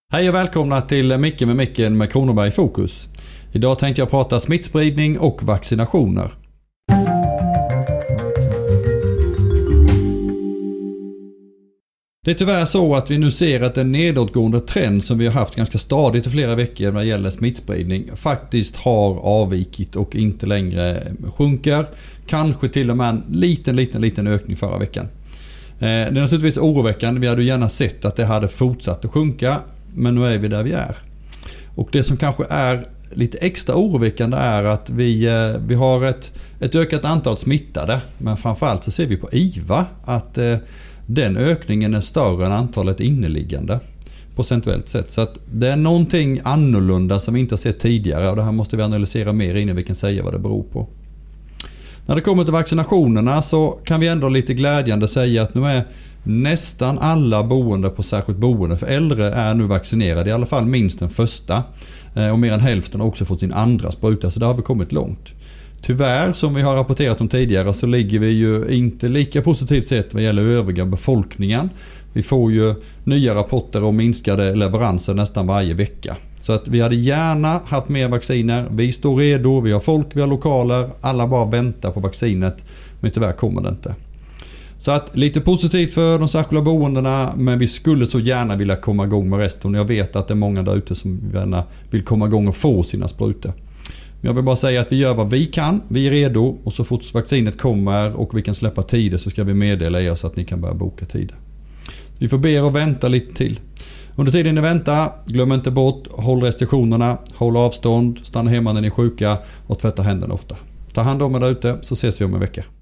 Hej och välkomna till Micke med Micken med Kronoberg i fokus. Idag tänkte jag prata smittspridning och vaccinationer. Det är tyvärr så att vi nu ser att en nedåtgående trend som vi har haft ganska stadigt i flera veckor när det gäller smittspridning faktiskt har avvikit och inte längre sjunker. Kanske till och med en liten ökning förra veckan. Det är naturligtvis oroväckande. Vi hade gärna sett att det hade fortsatt att sjunka, men nu är vi där vi är. Och det som kanske är lite extra oroväckande är att vi har ett ökat antal smittade, men framförallt så ser vi på IVA att den ökningen är större än antalet inneliggande procentuellt sett. Så att det är någonting annorlunda som vi inte har sett tidigare, och det här måste vi analysera mer innan vi kan säga vad det beror på. När det kommer till vaccinationerna så kan vi ändå lite glädjande säga att nu är nästan alla boende på särskilt boende för äldre är nu vaccinerade, i alla fall minst den första, och mer än hälften har också fått sin andra spruta, så där har vi kommit långt. Tyvärr, som vi har rapporterat om tidigare, så ligger vi ju inte lika positivt sett vad gäller övriga befolkningen. Vi får ju nya rapporter om minskade leveranser nästan varje vecka. Så att vi hade gärna haft mer vacciner. Vi står redo, vi har folk, vi har lokaler. Alla bara väntar på vaccinet, men tyvärr kommer det inte. Så att lite positivt för de särskilda boendena, men vi skulle så gärna vilja komma igång med resten. Jag vet att det är många där ute som gärna vill komma igång och få sina sprutor. Jag vill bara säga att vi gör vad vi kan, vi är redo, och så fort vaccinet kommer och vi kan släppa tider så ska vi meddela er så att ni kan börja boka tider. Vi får be er att vänta lite till. Under tiden ni väntar, glöm inte bort, håll restriktionerna, håll avstånd, stanna hemma när ni är sjuka och tvätta händerna ofta. Ta hand om er där ute, så ses vi om en vecka.